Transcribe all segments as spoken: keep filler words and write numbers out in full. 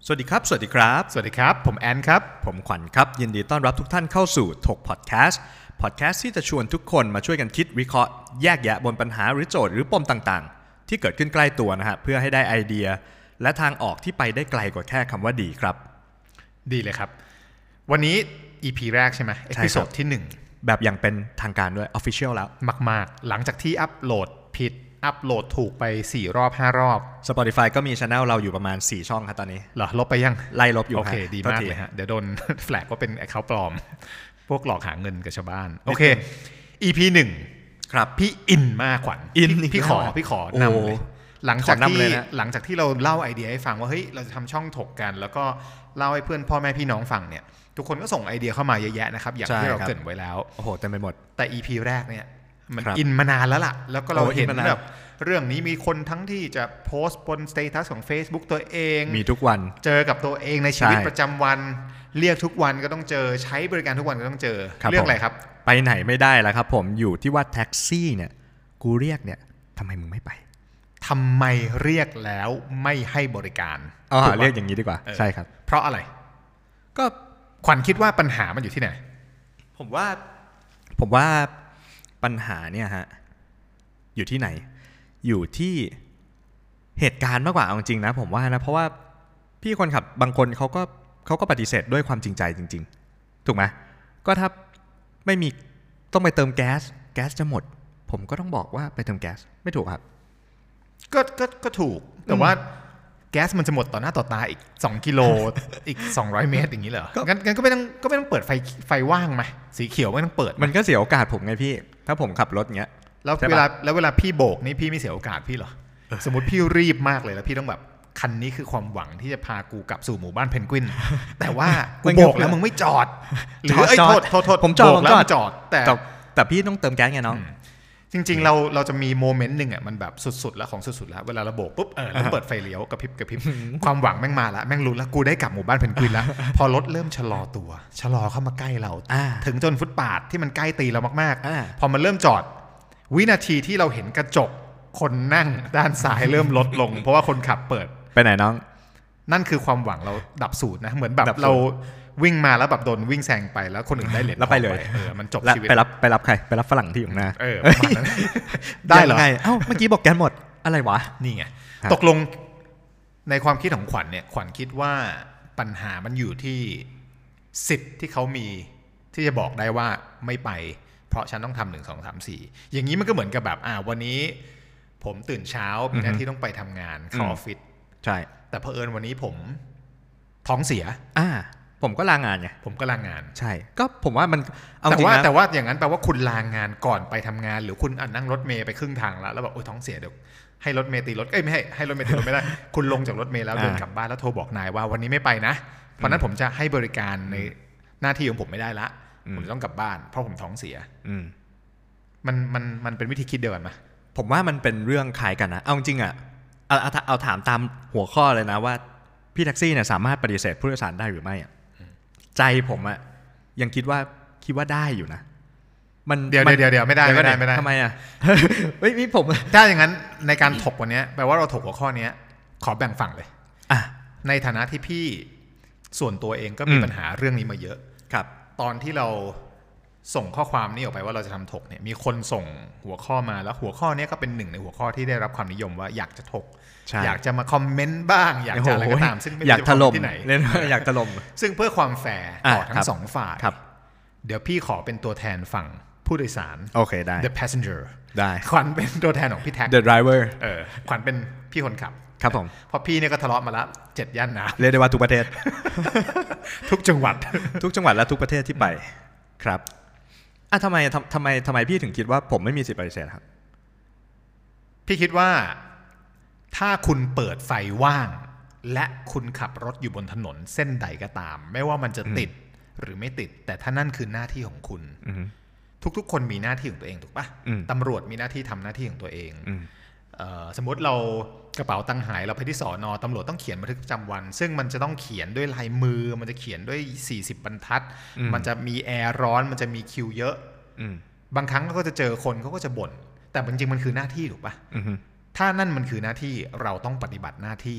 สวัสดีครับสวัสดีครับสวัสดีครับผมแอนครับผมขวัญครับยินดีต้อนรับทุกท่านเข้าสู่ถกพอดแคสต์พอดแคสต์ที่จะชวนทุกคนมาช่วยกันคิดวิเคราะห์แยกแยะบนปัญหาหรือโจทย์หรือปมต่างๆที่เกิดขึ้นใกล้ตัวนะฮะเพื่อให้ได้ไอเดียและทางออกที่ไปได้ไกลกว่าแค่คำว่าดีครับดีเลยครับวันนี้ อี พี แรกใช่ไหมเอพิโซดที่หนึ่งแบบอย่างเป็นทางการด้วย Official แล้วมากๆหลังจากที่อัปโหลดผิดอัปโหลดถูกไปสี่รอบห้ารอบ Spotify ก็มี channel เราอยู่ประมาณสี่ช่องครับตอนนี้เหรอลบไปยังไล่ลบอยู่โอเคดีมากเลยฮะเดี๋ยวโดนแฟลกว่าเป็น account ปลอมพวกหลอกหาเงินกับชาวบ้านโอเค อี พี หนึ่งครับพี่อินมากขวัญอินพี่ขอพี่ขอนำเลยหลังจากที่หลังจากที่เราเล่าไอเดียให้ฟังว่าเฮ้ยเราจะทำช่องถกกันแล้วก็เล่าให้เพื่อนพ่อแม่พี่น้องฟังเนี่ยทุกคนก็ส่งไอเดียเข้ามาเยอะแยะนะครับอย่างที่เราเกริ่นไว้แล้วโอ้โหเต็มไปหมดแต่ อี พี แรกเนี่ยมันอินมานานแล้วล่ะแล้วก็เราเห็นแบบเรื่องนี้มีคนทั้งที่จะโพสต์บนสเตตัสของ Facebook ตัวเองมีทุกวันเจอกับตัวเองในชีวิตประจำวันเรียกทุกวันก็ต้องเจอใช้บริการทุกวันก็ต้องเจอเรื่องอะไรครับไปไหนไม่ได้แล้วครับผมอยู่ที่ว่าแท็กซี่เนี่ยกูเรียกเนี่ยทำไมมึงไม่ไปทำไมเรียกแล้วไม่ให้บริการอ๋อเรียกอย่างนี้ดีกว่าใช่ครับเพราะอะไรก็ขวัญคิดว่าปัญหามันอยู่ที่ไหนผมว่าผมว่าปัญหาเนี่ยฮะอยู่ที่ไหนอยู่ที่เหตุการณ์มากกว่าเอาจริงนะผมว่านะเพราะว่าพี่คนขับบางคนเขาก็เขาก็ปฏิเสธด้วยความจริงใจจริงๆถูกไหมก็ถ้าไม่มีต้องไปเติมแก๊สแก๊สจะหมดผมก็ต้องบอกว่าไปเติมแก๊สไม่ถูกครับก็ก็ก็ถูกแต่ว่าแก๊สมันจะหมดต่อหน้าต่อตาอีกสองกิโลอีกสองร้อยเมตรอย่างนี้เหรองั้นงั้นก็ไม่ต้องก็ไม่ต้องเปิดไฟไฟว่างไหมสีเขียวไม่ต้องเปิดมันก็เสียโอกาสผมไงพี่ถ้าผมขับรถเงี้ยแล้วเวลาแล้วเวลาพี่โบกนี่พี่ไม่เสียโอกาสพี่เหรอสมมติพี่รีบมากเลยแล้วพี่ต้องแบบคันนี้คือความหวังที่จะพากูกลับสู่หมู่บ้านเพนกวินแต่ว่ากูโบกแล้วมึงไม่จอดหรือไอ้โทษโทษโทษผมจอดแล้วจอดแต่แต่พี่ต้องเติมแก๊สไงน้องจริงๆเราเราจะมีโมเมนต์หนึ่งอ่ะมันแบบสุดๆแล้วของสุดๆแล้วเวลาเราโบกปุ๊บเออเราเปิดไฟเลี้ยวกระพริบกระพริบความหวังแม่งมาแล้วแม่งรู้แล้วกูได้กลับหมู่บ้านเพนกวินแล้วพอรถเริ่มชะลอตัวชะลอเข้ามาใกล้เราถึงจนฟุตบาทที่มันใกล้ตีเรามากๆพอมันเริ่มจอดวินาทีที่เราเห็นกระจกคนนั่งด้านซ้ายเริ่มลดลงเพราะว่าคนขับเปิดไปไหนน้องนั่นคือความหวังเราดับสูตรนะเหมือนแบบเราวิ่งมาแล้วแบบโดนวิ่งแซงไปแล้วคนอื่นได้เหรียญแล้วไปเลยเออมันจบชีวิตไปรับไปรับใครไปรับฝรั่งที่อยู่หน้าเออได้เหรอไงเอ้าเมื่อกี้บอกแกนหมดอะไรวะนี่ไงตกลงในความคิดของขวัญเนี่ยขวัญคิดว่าปัญหามันอยู่ที่สิทธิ์ที่เขามีที่จะบอกได้ว่าไม่ไปเพราะฉันต้องทำหนึ่งสองสามสี่อย่างนี้มันก็เหมือนกับแบบอ่าวันนี้ผมตื่นเช้ามีหน้าที่ต้องไปทำงานเข้าออฟฟิศใช่แต่เผอิญวันนี้ผมท้องเสียอ่าผมก็ลางานไงผมก็ลางานใช่ก็ผมว่ามันเอาจริงนะแต่ว่าอย่างนั้นแปลว่าคุณลางานก่อนไปทำงานหรือคุณนั่งรถเมย์ไปครึ่งทางแล้วแล้วแบบโอ๊ยท้องเสียเดี๋ยวให้รถเมย์ตีรถเอ้ยไม่ให้ให้รถเมย์ตีรถไม่ได้คุณลงจากรถเมย์แล้วเดินกลับบ้านแล้วโทรบอกนายว่าวันนี้ไม่ไปนะเพราะนั้นผมจะให้บริการในหน้าที่ของผมไม่ได้ละผมต้องกลับบ้านเพราะผมท้องเสียมันมันมันเป็นวิธีคิดเดียวกันไหมผมว่ามันเป็นเรื่องคล้ายกันนะเอาจริงอ่ะเอาเอาเอาถามตามหัวข้อเลยนะว่าพี่แท็กซี่เนี่ยสามารถปฏิเสธผู้โดยสารได้หรือไม่อ่ะใจผมอะยังคิดว่าคิดว่าได้อยู่นะมันเดี๋ยวเดี๋ยวเดี๋ยวไม่ได้ไม่ได้ไม่ได้ทำไมอะเฮ้ยพี่ผมถ้าอย่างนั้นในการถกวันนี้แปลว่าเราถกหัวข้อนี้ขอแบ่งฝั่งเลยอ่ะในฐานะที่พี่ส่วนตัวเองก็มีปัญหาเรื่องนี้มาเยอะครับตอนที่เราส่งข้อความนี้ออกไปว่าเราจะทำถกเนี่ยมีคนส่งหัวข้อมาแล้วหัวข้อนี้ก็เป็นหนึ่งในหัวข้อที่ได้รับความนิยมว่าอยากจะถกอยากจะมาคอมเมนต์บ้างอยากจะอะไรก็ตามซึ่งไม่อยากถล่มที่ไหนอยากถล่มซึ่งเพื่อความแฟร์ต่อทั้งสองฝ่ายเดี๋ยวพี่ขอเป็นตัวแทนฝั่งผู้โดยสารโอเคได้ the passenger ได้ขวัญเป็นตัวแทนของพี่แท็ก the driver เออขวัญเป็นพี่คนขับครับผมเพราะพี่เนี่ยก็ทะเลาะมาละเจ็ดย่านน้ำเรียกได้ว่าทุกประเทศทุกจังหวัดทุกจังหวัดและทุกประเทศที่ไปครับอ่ะทำไมทำไมทำไมพี่ถึงคิดว่าผมไม่มีสิทธิ์ปฏิเสธครับพี่คิดว่าถ้าคุณเปิดไฟว่างและคุณขับรถอยู่บนถนนเส้นใดก็ตามไม่ว่ามันจะติดหรือไม่ติดแต่ถ้านั่นคือหน้าที่ของคุณทุกๆคนมีหน้าที่ของตัวเองถูกปะตำรวจมีหน้าที่ทำหน้าที่ของตัวเองสมมติเรากระเป๋าตังค์หายเราไปที่สอนอตำรวจต้องเขียนบันทึกประจำวันซึ่งมันจะต้องเขียนด้วยลายมือมันจะเขียนด้วยสี่สิบบรรทัดมันจะมีแอร์ร้อนมันจะมีคิวเยอะบางครั้งก็จะเจอคนเขาก็จะบ่นแต่จริงๆมันคือหน้าที่ถูกปะถ้านั่นมันคือหน้าที่เราต้องปฏิบัติหน้าที่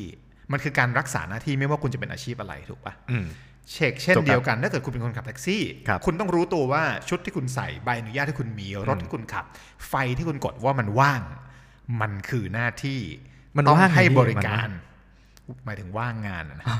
มันคือการรักษาหน้าที่ไม่ว่าคุณจะเป็นอาชีพอะไรถูกปะอืมเช็คเช่นเดียวกันถ้าเกิดคุณเป็นคนขับแท็กซี่ครับคุณต้องรู้ตัวว่าชุดที่คุณใส่ใบอนุญาตที่คุณมีรถที่คุณขับไฟที่คุณกดว่ามันว่างมันคือหน้าที่มันต้องว่างให้ไงพี่บริการมันหมายถึงว่างงานนะ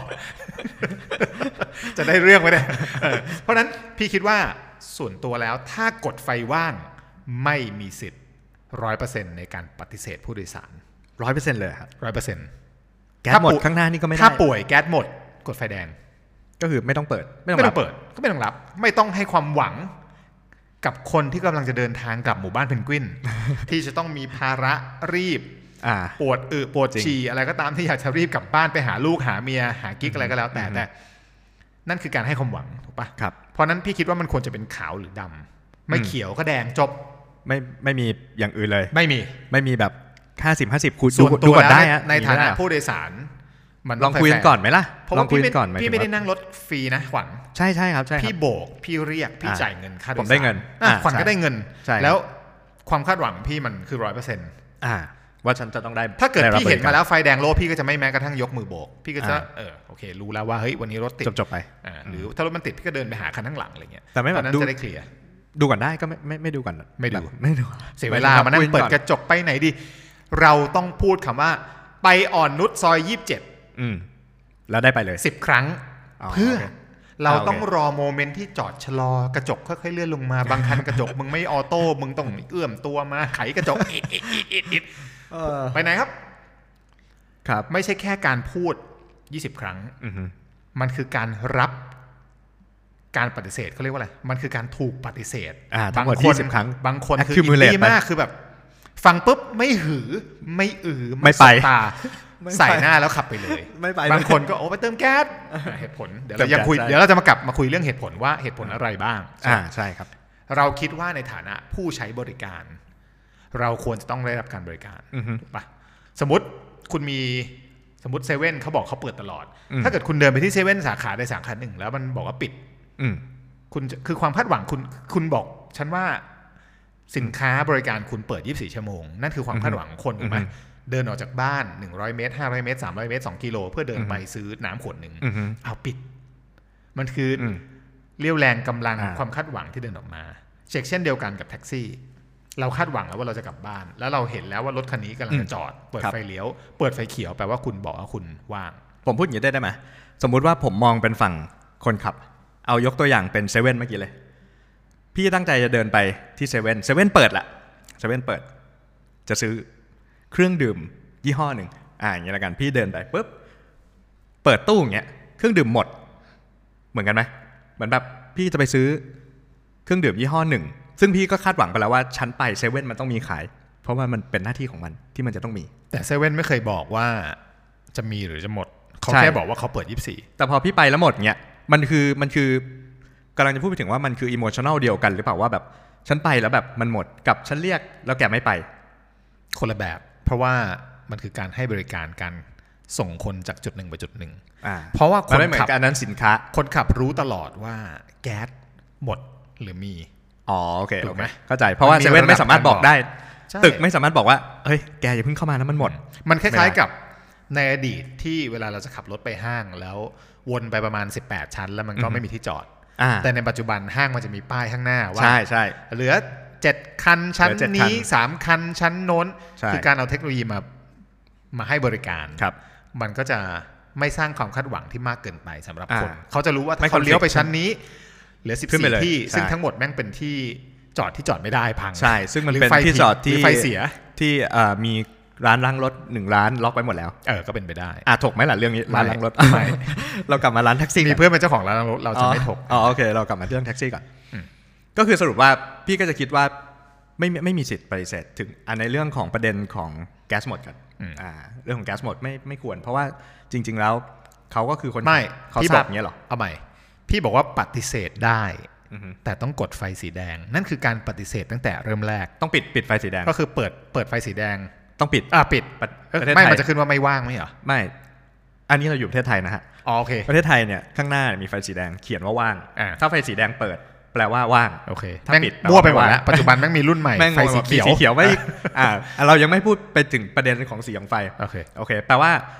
จะได้เรื่องไหมเนี่ยเออเพราะฉะนั้นพี่คิดว่าส่วนตัวแล้วถ้ากดไฟว่างไม่มีสิทธิ์ร้อยเปอร์เซ็นต์ในการปฏิเสธผู้โดยสารร้อยเปอร์เซ็นต์เลยครับร้อยเปอร์เซ็นต์แก๊สหมดข้างหน้านี่ก็ไม่ได้ถ้าป่วยแก๊สหมดกดไฟแดงก็คือไม่ต้องเปิดไม่ไม่ต้ต้ออง งรับเปิดก็ไม่ต้องรับ ไม่ต้องให้ความหวังกับคนที่กำลังจะเดินทางกลับหมู่บ้านเพนกวิน ที่จะต้องมีภาระรีบอ่าปวดอึปวดจริงฉี่อะไรก็ตามที่อยากจะรีบกลับบ้านไปหาลูกหาเมียหากิ๊กอะไรก็แล้วแต่แต่นั่นคือการให้ความหวังถูกปะครับเพราะนั้นพี่คิดว่ามันควรจะเป็นขาวหรือดำไม่เขียวก็แดงจบไม่ไม่มีอย่างอื่นเลยไม่มีไม่มีแบบห้าสิบ ห้าสิบคุณส่วนดูตัวก่อนแล้วได้ในฮะในฐานะมีไม่ได้ผู้โดยสารมันลองคุยกันก่อนไหมล่ะเพราะลอว่างคุยพี่กันก่อนหายพี่ถึงไม่ได้ว่านั่งรถฟรีนะขวัญใช่ใช่ครับใช่ครับพี่โบกพี่เรียกพี่อ่าจ่ายเงินค่าโดยสารผมได้เงินอ่ะอ่าขวัญใช่ก็ได้เงินใช่แล้วความคาดหวังพี่มันคือร้อยเปอร์เซ็นต์อ่า ว่าฉันจะต้องได้ถ้าเกิดไรับพี่เห็นบริกรมาแล้วไฟแดงโลพี่ก็จะไม่แม้กระทั่งยกมือโบกพี่ก็จะอ่าเออโอเครู้แล้วว่าเฮ้ยวันนี้รถติดจบจบไปอ่าหรือถ้ารถมันติดพี่ก็เดินไปหาคันข้างหลังอะไรเงี้ยแต่ไม่แบบตอนนั้นดูจะได้เคลียร์ดูก่อนได้ก็ไม่ไม่ไม่ดูก่อนไม่ดูแบบไม่ดูเสียเวลามานั่งเปิดกระจกไปไหนดีเราต้องพูดคำว่าไปอ่อนนุชซอยยี่สิบเจ็ดอืมแล้วได้ไปเลยสิบครั้งอ๋อเพื่อโอเคเราอ่าโอเคต้องรอโมเมนต์ที่จอดชะลอกระจกค่อยๆเลื่อนลงมาบางคันกระจกมึงไม่ออโต้มึงต้องเอื้อมตัวมาไขกระจกอิดอิดอิดอิดอิดเออไปไหนครับครับไม่ใช่แค่การพูดยี่สิบครั้งอือฮึมันคือการรับการปฏิเสธเขาเรียกว่าอะไรมันคือการถูกปฏิเสธอ่าทั้งหมดคยี่นสิบครั้งบางคนคือ accumulate อินดี้มากคือแบบ ฟังปุ๊บไม่หือไม่อือไม่ไปสบตาไม่ไปใส่หน้าแล้วขับไปเลยไม่ไปบางคนก็โอ้ไปเติมแก๊สเหตุผลเดี๋ยวเราจะคุยเติมแก๊สเดี๋ยวเราจะมากลับมาคุยเรื่องเหตุผลว่าเหตุผลอะไรบ้างอ่าใช่ครับเราคิดว่าในฐานะผู้ใช้บริการ เราควรจะต้องได้รับการบริการอือฮึถูกปะสมมติคุณมีสมมติเซเว่นเขาบอกเขาเปิดตลอดอืมถ้าเกิดคุณเดินไปที่เซเว่นสาขาใดสาขาหนึ่งแล้วมันบอกว่าปิดอืมคุณจะคือความคาดหวังคุณคุณบอกฉันว่าสินค้าบริการคุณเปิดยี่สิบสี่ชั่วโมงนั่นคือความคาดหวังของคนถูกไหมอือฮึเดินออกจากบ้านหนึ่งร้อยเมตรห้าร้อยเมตรสามร้อยเมตรสองกิโลเพื่อเดินไปซื้อน้ำขวดหนึ่งอือฮึเอาปิด มันคืออมเรี่ยวแรงกำลังอ่าความคาดหวังที่เดินออกมาเช็คเช่นเดียวกันกับแท็กซี่ เราคาดหวังแล้วว่าเราจะกลับบ้าน แล้วเราเห็นแล้วว่ารถคันนี้กำลังจะจอด เปิดไฟเลี้ยวเปิดไฟเขียวแปลว่าคุณบอกว่าคุณว่างผมพูดอย่างนี้ได้ได้ไหมสมมุติว่าผมมองเป็นฝั่งคนขับ เอายกตัวอย่างเป็นเซเว่นเมื่อกี้เลย พี่ตั้งใจจะเดินไปที่เซเว่นเซเว่นเปิดละเซเว่นเปิด จะซื้อเครื่องดื่มยี่ห้อหนึ่งอ่าอย่างนี้ละกันพี่เดินไปปุ๊บเปิดตู้อย่างเงี้ยเครื่องดื่มหมด เหมือนกันไหมเหมือนแบบพี่จะไปซื้อเครื่องดื่มยี่ห้อหนึ่งซึ่งพี่ก็คาดหวังไปแล้วว่าชั้นไปเซเว่นมันต้องมีขาย เพราะว่ามันเป็นหน้าที่ของมันที่มันจะต้องมีแต่เซเว่นไม่เคยบอกว่าจะมีหรือจะหมดเขาใช่แค่บอกว่าเขาเปิดยี่สิบสี่แต่พอพี่ไปแล้วหมดเงี้ยมันคือมันคือกำลังจะพูดไปถึงว่ามันคืออิโมชัน a ลเดียวกันหรือเปล่าว่าแบบฉันไปแล้วแบบมันหมดกับฉันเรียกแล้วแกไม่ไปคนละแบบ เพราะว่ามันคือการให้บริการการส่งคนจากจุดหนึ่งไปจุดหนึ่งอ่าเพราะว่าคมันนไม่เหมือขับนกันอันนั้นสินค้าคนขับรู้ตลอดว่าแก๊สหมดหรือมีอ๋อโอเคถูกไหมโอเคเข้าใจเพราะว่ามันมีเซเว่นไม่สามารถบอกได้ใช่ตึกไม่สามารถบอกว่าเฮ้ยแกอย่าเพิ่งเข้ามานะมันหมดมันคไม่ล้ายได้ๆกับในอดีตที่เวลาเราจะขับรถไปห้างแล้ววนไปประมาณสิบแปดชั้นแล้วมันก็ไม่มีที่จอดอ่าแต่ในปัจจุบันห้างมันจะมีป้ายข้างหน้าว่าใช่ใช่เหลือเจ็ดคันชั้นเหลือเจ็ดคันนี้สามคันชั้นโน้นใช่คือการเอาเทคโนโลยีมามาให้บริการครับมันก็จะไม่สร้างความคาดหวังที่มากเกินไปสำหรับอ่าคน เขาจะรู้ว่าไม่ถ้าเขา conflict เลี้ยวไปชั้นนี้เหลือสิบขึ้นไปสี่เลยที่ใช่ซึ่งทั้งหมดแม่งเป็นที่จอดที่จอดไม่ได้พังใช่ซึ่งมันหรือเป็นไฟที่ผิดจอดหรืที่ไฟเสียที่เอ่อมีร้านล้างรถหนึ่งร้านล็อกไว้หมดแล้วเออก็เป็นไปได้อ่ะถกไหมล่ะเรื่องนี้ไม่ร้านล้างรถไม่เรากลับมาร้านแท็กซี่มีกันเพื่อนเป็นเจ้าของร้านรถเราจะไม่ถกอ๋อโอเคเรากลับมาที่เรื่องแท็กซี่ก่อนอืมก็คือสรุปว่าพี่ก็จะคิดว่าไม่ไม่ไม่มีสิทธิ์ปฏิเสธถึงอันในเรื่องของประเด็นของแก๊สหมดกันอ่าเรื่องของแก๊สหมดไม่ไม่ควร เพราะว่าจริง ๆแล้วเขาก็คือคนไม่เขาพี่ทบราอบ กอย่างเงี้ยหรอเอาใหม่พี่บอกว่าปฏิเสธได้อือฮึแต่ต้องกดไฟสีแดง นั่นคือการปฏิเสธตั้งแต่เริ่มแรกต้องปิดปิดไฟสีแดงก็คือเปิดเปิดไฟสีแดงต้องปิดอ่ะปิดประเอ้ยประเทศไม่ไทยมันจะขึ้นว่าไม่ว่างไหมเหรอไม่ อันนี้เราอยู่ประเทศไทยนะฮะอ๋อโอเคประเทศไทยเนี่ยข้างหน้ามีไฟสีแดงเขียนว่าว่างอ่าถ้าไฟสีแดงเปิดแปลว่าว่างโอเคถ้าแม่งปิดมั่วไปหมดแปลว่าแล้วปัจจุบันแม่งมีรุ่นใหม่แม่งไฟสีเขียวสีเขียวไม่ อ่าเรายังไม่พูดไปถึงประเด็นของสีของไฟโอเคโอเคแปลว่า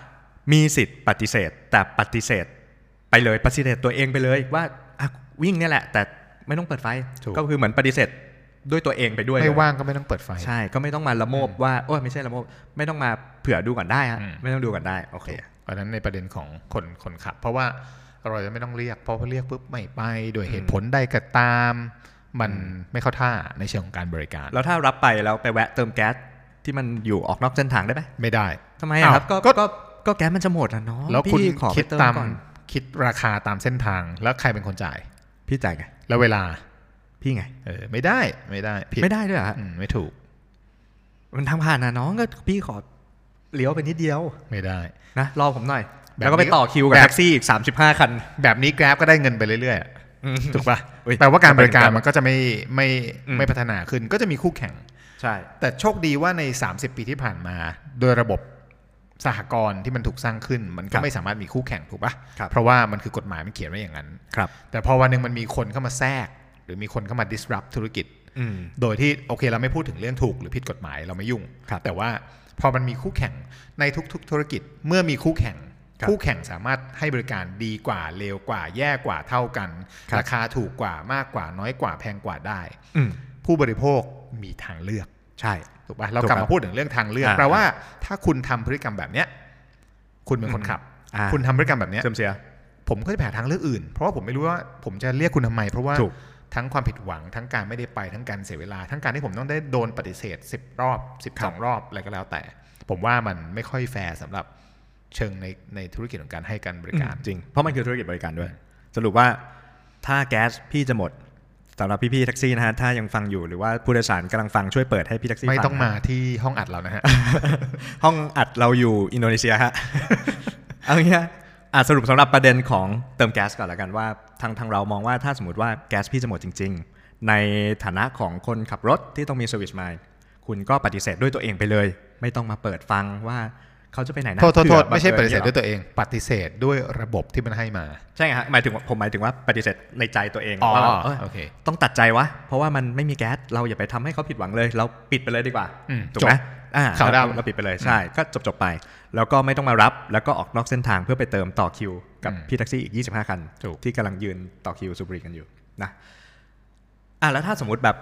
มีสิทธิ์ปฏิเสธแต่ปฏิเสธไปเลยปฏิเสธตัวเองไปเลยว่าวิ่งเนี่ยแหละแต่ไม่ต้องเปิดไฟก็คือเหมือนปฏิเสธด้วยตัวเองไปด้วยไม่ว่างก็ไม่ต้องเปิดไฟใช่ก็ไม่ต้องมาละโมบว่าโอ้ไม่ใช่ละโมบไม่ต้องมาเผื่อดูก่อนได้ฮะไม่ต้องดูก่อนได้โอเคเพราะฉะนั้นในประเด็นของคนคนขับเพราะว่าเราจะไม่ต้องเรียกเพราะพอเรียกปุ๊บไม่ไปโดยเหตุผลใดก็ตามมันไม่เข้าท่าในเชิงของการบริการแล้วถ้ารับไปแล้วไปแวะเติมแก๊สที่มันอยู่ออกนอกเส้นทางได้ไหมไม่ได้ทำไมครับก็ก็ก็แก๊สมันจะหมดอ่ะเนาะแล้วคุณคิดตามคิดราคาตามเส้นทางแล้วใครเป็นคนจ่ายพี่จ่ายไงแล้วเวลาพี่ไงเออไม่ได้ไม่ได้ไม่ได้ด้วยเหรอไม่ถูกมันทางผ่านนะน้องก็พี่ขอเลี้ยวไปนิดเดียวไม่ได้นะรอผมหน่อยแล้วก็ไปต่อคิวกับแท็กซี่อีกสามสิบห้าคันแบบนี้ Grab ก็ได้เงินไปเรื่อยๆถูกป่ะแปลว่าการบริการมันก็จะไม่ไม่ไม่พัฒนาขึ้นก็จะมีคู่แข่งใช่แต่โชคดีว่าในสามสิบปีที่ผ่านมาโดยระบบสหกรณ์ที่มันถูกสร้างขึ้นมันก็ไม่สามารถมีคู่แข่งถูกป่ะเพราะว่ามันคือกฎหมายมันเขียนไว้อย่างนั้นแต่พอวันนึงมันมีคนเข้ามาแทรกหรือมีคนเข้ามา disrupt ธุรกิจโดยที่โอเคเราไม่พูดถึงเรื่องถูกหรือผิดกฎหมายเราไม่ยุ่งแต่ว่าพอมันมีคู่แข่งในทุกๆธุรกิจเมื่อมีคู่แข่งคู่แข่งสามารถให้บริการดีกว่าเลวกว่าแย่กว่าเท่ากันราคาถูกกว่ามากกว่าน้อยกว่าแพงกว่าได้ผู้บริโภคมีทางเลือกใช่ถูกป่ะเรากลับมาพูดถึงเรื่องทางเลือกแปลว่าถ้าคุณทำพฤติกรรมแบบเนี้ยคุณเป็นคนขับคุณทำพฤติกรรมแบบเนี้ยผมก็จะหาทางเลือกอื่นเพราะว่าผมไม่รู้ว่าผมจะเรียกคุณทำไมเพราะว่าทั้งความผิดหวังทั้งการไม่ได้ไปทั้งการเสียเวลาทั้งการที่ผมต้องได้โดนปฏิเสธสิบรอบสิบสองรอบอะไรก็แล้วแต่ผมว่ามันไม่ค่อยแฟร์สำหรับเชิงในในธุรกิจของการให้การบริการจริงเพราะมันคือธุรกิจบริการด้วยสรุปว่าถ้าแก๊สพี่จะหมดสำหรับพี่ๆแท็กซี่นะฮะถ้ายังฟังอยู่หรือว่าผู้โดยสารกำลังฟังช่วยเปิดให้พี่แท็กซี่ไม่ต้องมาที่ห้องอัดเรานะฮะห้องอัดเราอยู่อินโดนีเซียฮะ เอางี้ฮะสรุปสำหรับประเด็นของเติมแก๊สก่อนละกันว่าทางทางเรามองว่าถ้าสมมติว่าแก๊สพี่จะหมดจริงๆในฐานะของคนขับรถที่ต้องมีเซอร์วิสมายคุณก็ปฏิเสธด้วยตัวเองไปเลยไม่ต้องมาเปิดฟังว่าเขาจะไปไหนนะโทษโทษไม่ใช่ปฏิเสธด้วยตัวเองปฏิเสธด้วยระบบที่มันให้มาใช่ฮะหมายถึงผมหมายถึงว่าปฏิเสธในใจตัวเองว่าต้องตัดใจวะเพราะว่ามันไม่มีแก๊สเราอย่าไปทำให้เขาผิดหวังเลยเราปิดไปเลยดีกว่าถูกไหมข่าวดาวเราปิดไปเลยใช่ก็จบจบไปแล้วก็ไม่ต้องมารับแล้วก็ออกนอกเส้นทางเพื่อไปเติมต่อคิวกับพี่แท็กซี่อีกยี่สิบห้าคันที่กำลังยืนต่อคิวสูบบุหรี่กันอยู่นะอ่ะแล้วถ้าสมมุติแบบ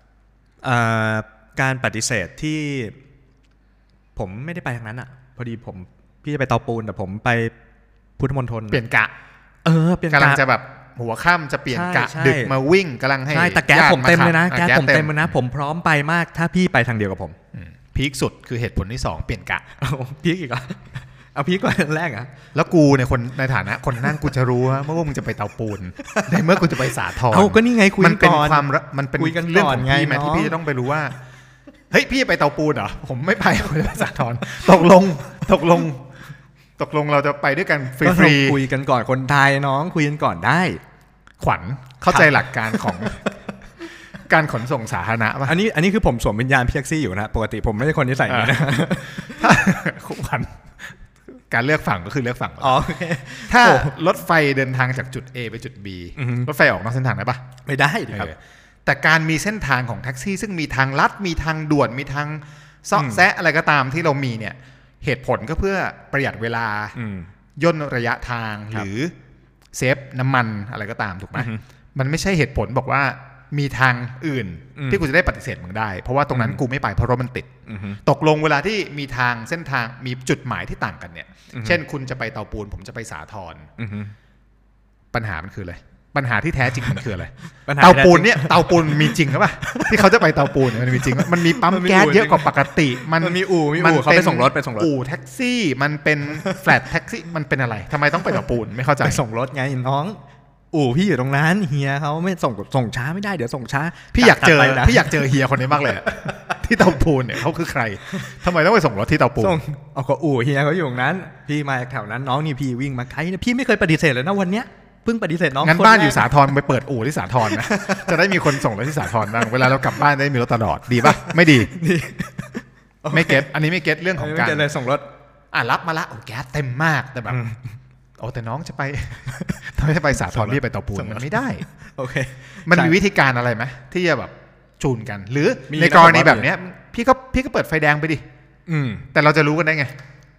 การปฏิเสธที่ผมไม่ได้ไปทางนั้นอ่ะพอดีผมพี่จะไปเตาปูนแต่ผมไปพุทธมณฑลเปลี่ยนกะเออเปลี่ยนกะกำลังจะแบบหัวค่ำจะเปลี่ยนกะดึกมาวิ่งกำลังให้ใช่แต่แก๊สผมเต็มเลยนะแก๊สผมเต็มเลยนะผมพร้อมไปมากถ้าพี่ไปทางเดียวกับผมพีคสุดคือเหตุผลที่สองเปลี่ยนกะพีคอีกอ่ะเอาพีคก่อนแรกอ่ะแล้วกูเนี่ยคนในฐานะคนนั่งกูจะรู้ว่าเมื่อมึงจะไปเตาปูนในเมื่อกูจะไปสาทรเอาก็นี่ไงคุยมันเป็นความมันเป็นเรื่องของพี่แม้ที่พี่จะต้องไปรู้ว่าเฮ้ยพี่ไปเตาปูนเหรอผมไม่ไปผมจะไปสาทรตกลงตกลงตกลงเราจะไปด้วยกันฟรีๆคุยกันก่อนคนไทยน้องคุยกันก่อนได้ขวัญเข้าใจหลักการของการขนส่งสาธารณะป่ะอันนี้อันนี้คือผมสวมวิญญาณพี่แท็กซี่อยู่นะปกติผมไม่ใช่คนที่ใส่นี้นะขวัญการเลือกฝั่งก็คือเลือกฝั่งอ๋อถ้ารถไฟเดินทางจากจุด A ไปจุด B รถไฟออกนอกเส้นทางได้ป่ะไม่ได้ครับแต่การมีเส้นทางของแท็กซี่ซึ่งมีทางลัดมีทางด่วนมีทางซอกแซะอะไรก็ตามที่เรามีเนี่ยเหตุผลก็เพื่อประหยัดเวลาย่นระยะทางหรือเซฟน้ำมันอะไรก็ตามถูกไหมมันไม่ใช่เหตุผลบอกว่ามีทางอื่นที่กูจะได้ปฏิเสธมึงได้เพราะว่าตรงนั้นกูไม่ไปเพราะรถมันติดตกลงเวลาที่มีทางเส้นทางมีจุดหมายที่ต่างกันเนี่ยเช่นคุณจะไปเตาปูนผมจะไปสาทรปัญหามันคืออะไรปัญหาที่แท้จริงมันคืออะไรเตาปูนเนี่ยเตาปูนมีจริงหรือเปล่าที่เขาจะไปเตาปูนมันมีจริงมันมีปั๊มแก๊สเยอะกว่าปกติมันมีอู่มีอู่เขาไปส่งรถไปส่งรถอู่แท็กซี่มันเป็นแฟลตแท็กซี่มันเป็นอะไรทำไมต้องไปเตาปูนไม่เข้าใจไปส่งรถไงน้องอู่พี่อยู่ตรงนั้นเฮียเขาไม่ส่งส่งช้าไม่ได้เดี๋ยวส่งช้าพี่อยากเจอพี่อยากเจอเฮียคนนี้มากเลยที่เตาปูนเนี่ยเขาคือใครทำไมต้องไปส่งรถที่เตาปูนเอาก็อู่เฮียเขาอยู่ตรงนั้นพี่มาจากแถวนั้นน้องนี่พี่วิ่งมาไกลนะพี่ไม่เคยปฏิเสธเลยนะวันเนี้ยเพิ่งปฏิเสธน้องงั้นบ้านอยู่สาทรไปเปิดอู่ที่สาทรนะจะได้มีคนส่งรถที่สาทรบ้างเวลาเรากลับบ้านได้มีรถตลอดดีป่ะไม่ดีไม่เก็ตอันนี้ไม่เก็ตเรื่องของการเลยส่งรถอ่ะรับมาละโอ้แก๊สเต็มมากแต่แบบโอ้แต่น้องจะไปทำไมจะไปสาทรพี่ไปเตาปูนมันไม่ได้โอเคมันมีวิธีการอะไรไหมที่จะแบบจูนกันหรือในกรณีแบบเนี้ยพี่ก็พี่ก็เปิดไฟแดงไปดิแต่เราจะรู้กันได้ไง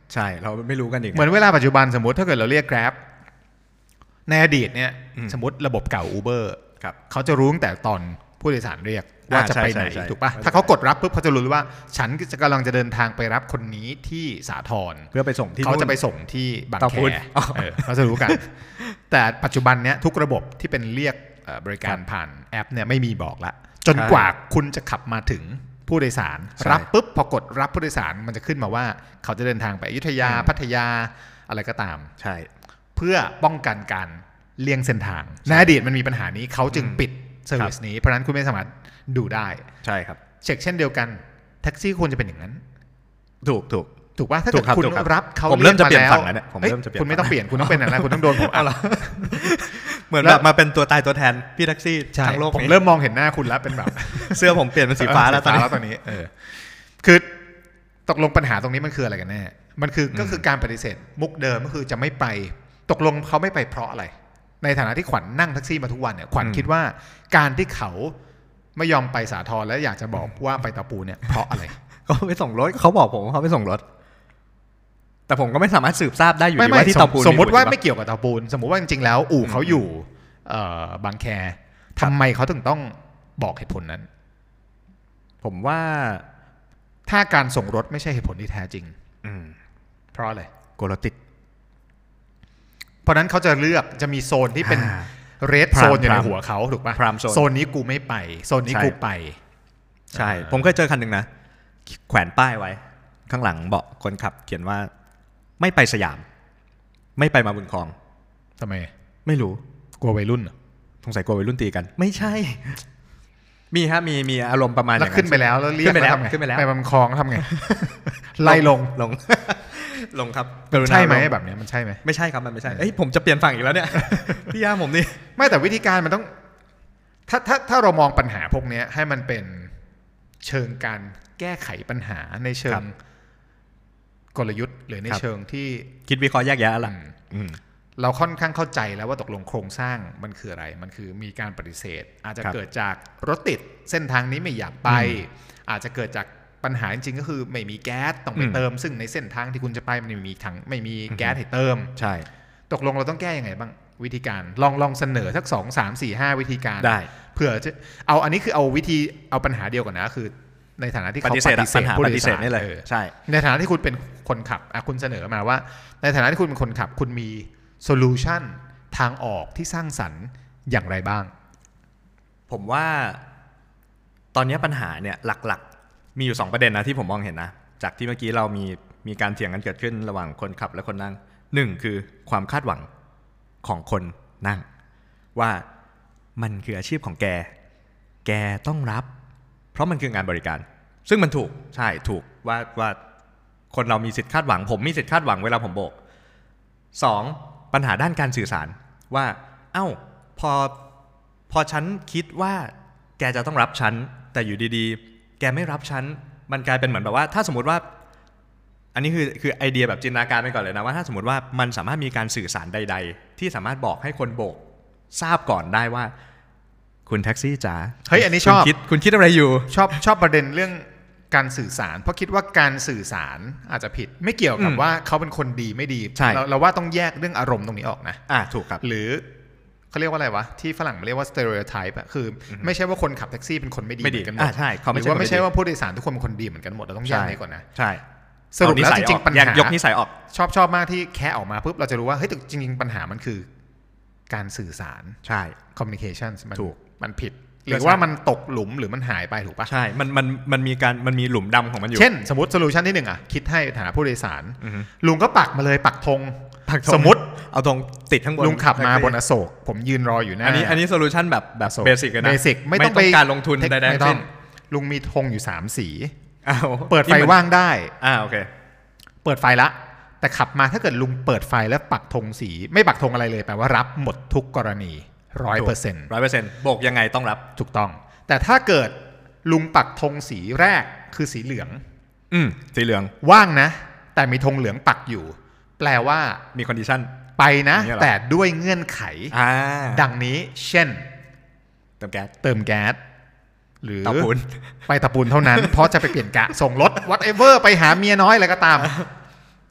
ใช่เราไม่รู้กันอีกเหมือนเวลาปัจจุบันสมมติถ้าเกิดเราเรียก Grab ในอดีตเนี่ยสมมติระบบเก่า Uber เขาจะรู้ตั้งแต่ตอนผู้โดยสารเรียกว่าจะไปไหนถูกปะถ้าเขากดรับปุ๊บเขาจะรู้ว่าฉันกำลังจะเดินทางไปรับคนนี้ที่สาทรเพื่อไปส่งที่เขาจะไปส่งที่บางแคเขาจะรู้กันแต่ปัจจุบันเนี้ยทุกระบบที่เป็นเรียกบริการผ่านแอปเนี่ยไม่มีบอกละจนกว่าคุณจะขับมาถึงผู้โดยสารรับปุ๊บพอกดรับผู้โดยสารมันจะขึ้นมาว่าเขาจะเดินทางไปอยุธยาพัทยาอะไรก็ตามใช่เพื่อป้องกันการเลี่ยงเส้นทางในอดีตมันมีปัญหานี้เขาจึงปิดเซอร์วิสนี้เพราะนั้นคุณไม่สามารถดูได้ใช่ครับเช็คเช่นเดียวกันแท็กซี่ควรจะเป็นอย่างนั้นถูกถูกถูกว่าถ้าเกิดคุณรับเขาผมเริ่มจะเปลี่ยนฝั่งแล้วเนี่ยผมเริ่มจะเปลี่ยนคุณไม่ต้องเปลี่ยนคุณต้องเป็นอย่างนั้นคุณต้องโดนผมเอาละเหมือนแบบมาเป็นตัวตายตัวแทนพี่แท็กซี่ทั้งโลกผมเริ่มมองเห็นหน้าคุณแล้วเป็นแบบเสื้อผมเปลี่ยนเป็นสีฟ้าแล้วตอนนี้ตอนนี้เออคือตกลงปัญหาตรงนี้มันคืออะไรกันแน่มันคือก็คือการปฏิเสธมุกเดิมก็คือจะไม่ไปตกลงเขาไม่ไปเพราะอะไรในฐานะที่ขวัญนั่งแท็กซี่มาทุกวันเนี่ยขวัญคิดว่าการที่เขาไม่ยอมไปสาทรและอยากจะบอกว่าไปตะปูเนี่ยเพราะอะไรเขาไปส่งรถเขาบอกผมว่าเขาไปส่งรถแต่ผมก็ไม่สามารถสืบทราบได้อยู่ดีว่าที่ตะปูสมมติว่าไม่เกี่ยวกับตะปูสมมติว่าจริงๆแล้วอู่เขาอยู่บางแคทำไมเขาถึงต้องบอกเหตุผลนั้นผมว่าถ้าการส่งรถไม่ใช่เหตุผลที่แท้จริงเพราะอะไรกลัวรถติดเพราะนั้นเขาจะเลือกจะมีโซนที่เป็นเรดโซนอยู่ในหัวเขาถูกป่ะโซนนี้กูไม่ไปโซนนี้กูไปใช่ผมเคยเจอคันหนึ่งนะแขวนป้ายไว้ข้างหลังเบาะคนขับเขียนว่าไม่ไปสยามไม่ไปมาบุญครองทำไมไม่รู้กลัววัยรุ่นเหรอสงสัยกลัววัยรุ่นตีกันไม่ใช่มีฮะมีมีอารมณ์ประมาณแล้วขึ้นไปแล้วแล้วเรียกขึ้นไปแล้วขึ้นไปแล้วไปบุญครองทำไงไล่ลงลงลงครับใช่ไหมแบบนี้มันใช่ไหมไม่ใช่ครับมันไม่ใช่เอ้ยผมจะเปลี่ยนฝั่งอีกแล้วเนี่ยพี่ย่าผมนี่ไม่แต่วิธีการมันต้องถ้าถ้าถ้าเรามองปัญหาพวกนี้ให้มันเป็นเชิงการแก้ไขปัญหาในเชิงกลยุทธ์หรือในเชิงที่คิดวิเคราะห์แยกแยะอะไรเราค่อนข้างเข้าใจแล้วว่าตกลงโครงสร้างมันคืออะไรมันคือมีการปฏิเสธอาจจะเกิดจากรถติดเส้นทางนี้ไม่อยากไปอาจจะเกิดจากปัญหาจริงๆก็คือไม่มีแก๊สต้องไปเติมซึ่งในเส้นทางที่คุณจะไปมันไม่มีถังไม่มีแก๊สให้เติมใช่ตกลงเราต้องแก้ยังไงบ้างวิธีการลองลองเสนอสักสองสามสี่ห้าวิธีการได้เผื่อจะเอาอันนี้คือเอาวิธีเอาปัญหาเดียวก่อนนะคือในฐานะที่เขาปฏิเสธผู้โดยสารนี่เลยใช่ในฐานะที่คุณเป็นคนขับอ่ะคุณเสนอมาว่าในฐานะที่คุณเป็นคนขับคุณมีโซลูชันทางออกที่สร้างสรรค์อย่างไรบ้างผมว่าตอนนี้ปัญหาเนี่ยหลักๆมีอยู่สองประเด็นนะที่ผมมองเห็นนะจากที่เมื่อกี้เรามีมีการเถียงกันเกิดขึ้นระหว่างคนขับและคนนั่งหนึ่งคือความคาดหวังของคนนั่งว่ามันคืออาชีพของแกแกต้องรับเพราะมันคืองานบริการซึ่งมันถูกใช่ถูกว่าว่าคนเรามีสิทธิ์คาดหวังผมมีสิทธิ์คาดหวังเวลาผมโบกสองปัญหาด้านการสื่อสารว่าเอ้าพอพอฉันคิดว่าแกจะต้องรับฉันแต่อยู่ดีๆแกไม่รับฉันมันกลายเป็นเหมือนแบบว่าถ้าสมมติว่าอันนี้คือคือไอเดียแบบจินตนาการไปก่อนเลยนะว่าถ้าสมมติว่ามันสามารถมีการสื่อสารใดๆที่สามารถบอกให้คนโบกทราบก่อนได้ว่าคุณแท็กซี่จ๋าเฮ้ยอันนี้ชอบคุณคิดคุณคิดอะไรอยู่ชอบชอบประเด็นเรื่องการสื่อสารเพราะคิดว่าการสื่อสารอาจจะผิดไม่เกี่ยวกับว่าเขาเป็นคนดีไม่ดีเราเราว่าต้องแยกเรื่องอารมณ์ตรงนี้ออกนะอ่าถูกครับหรือเขาเรียกว่าอะไรวะที่ฝรั่งเรียกว่า stereotype อะคือไม่ใช่ว่าคนขับแท็กซี่เป็นคนไม่ดีเหมือนกันหมดใช่หรือว่าไม่ใช่ว่าผู้โดยสารทุกคนเป็นคนดีเหมือนกันหมดเราต้องแยกนี้ก่อนนะใช่สรุปแล้วจริงๆปัญหายกนิสัยออกชอบชอบมากที่แค่ออกมาปุ๊บเราจะรู้ว่าเฮ้ยจริงๆปัญหามันคือการสื่อสารใช่ communication มันถูกมันผิดหรือว่ามันตกหลุมหรือมันหายไปถูกปะใช่มันมันมันมีการมันมีหลุมดำของมันอยู่เช่นสมมติโซลูชันที่หนึ่งอ่ะคิดให้ฐานะผู้โดยสารลุงก็ปักมาเลยปักธงสมมติเอาธงติดข้างบนลุงขับมาบนอโศกผมยืนรออยู่หน้าอันนี้อันนี้โซลูชันแบบแบบเบสิกนะเบสิกไม่ต้องไปการลงทุนใดๆทั้งสิ้นลุงมีธงอยู่สามสีเปิดไฟว่างได้อ่าโอเคเปิดไฟละแต่ขับมาถ้าเกิดลุงเปิดไฟแล้วปักธงสีไม่ปักธงอะไรเลยแปลว่ารับหมดทุกกรณีร้อยเปอร์เซ็นต์ร้อยเปอร์เซ็นต์โบกยังไงต้องรับถูกต้องแต่ถ้าเกิดลุงปักธงสีแรกคือสีเหลืองอืมสีเหลืองว่างนะแต่มีธงเหลืองปักอยู่แปลว่ามีคอนดิชั่นไปนะแต่ด้วยเงื่อนไขดังนี้เช่นเติมแก๊สเติมแก๊สหรือตะปูนไปตะปูนเท่านั้นเพราะจะไปเปลี่ยนกะส่งรถ whatever ไปหาเมียน้อยอะไรก็ตาม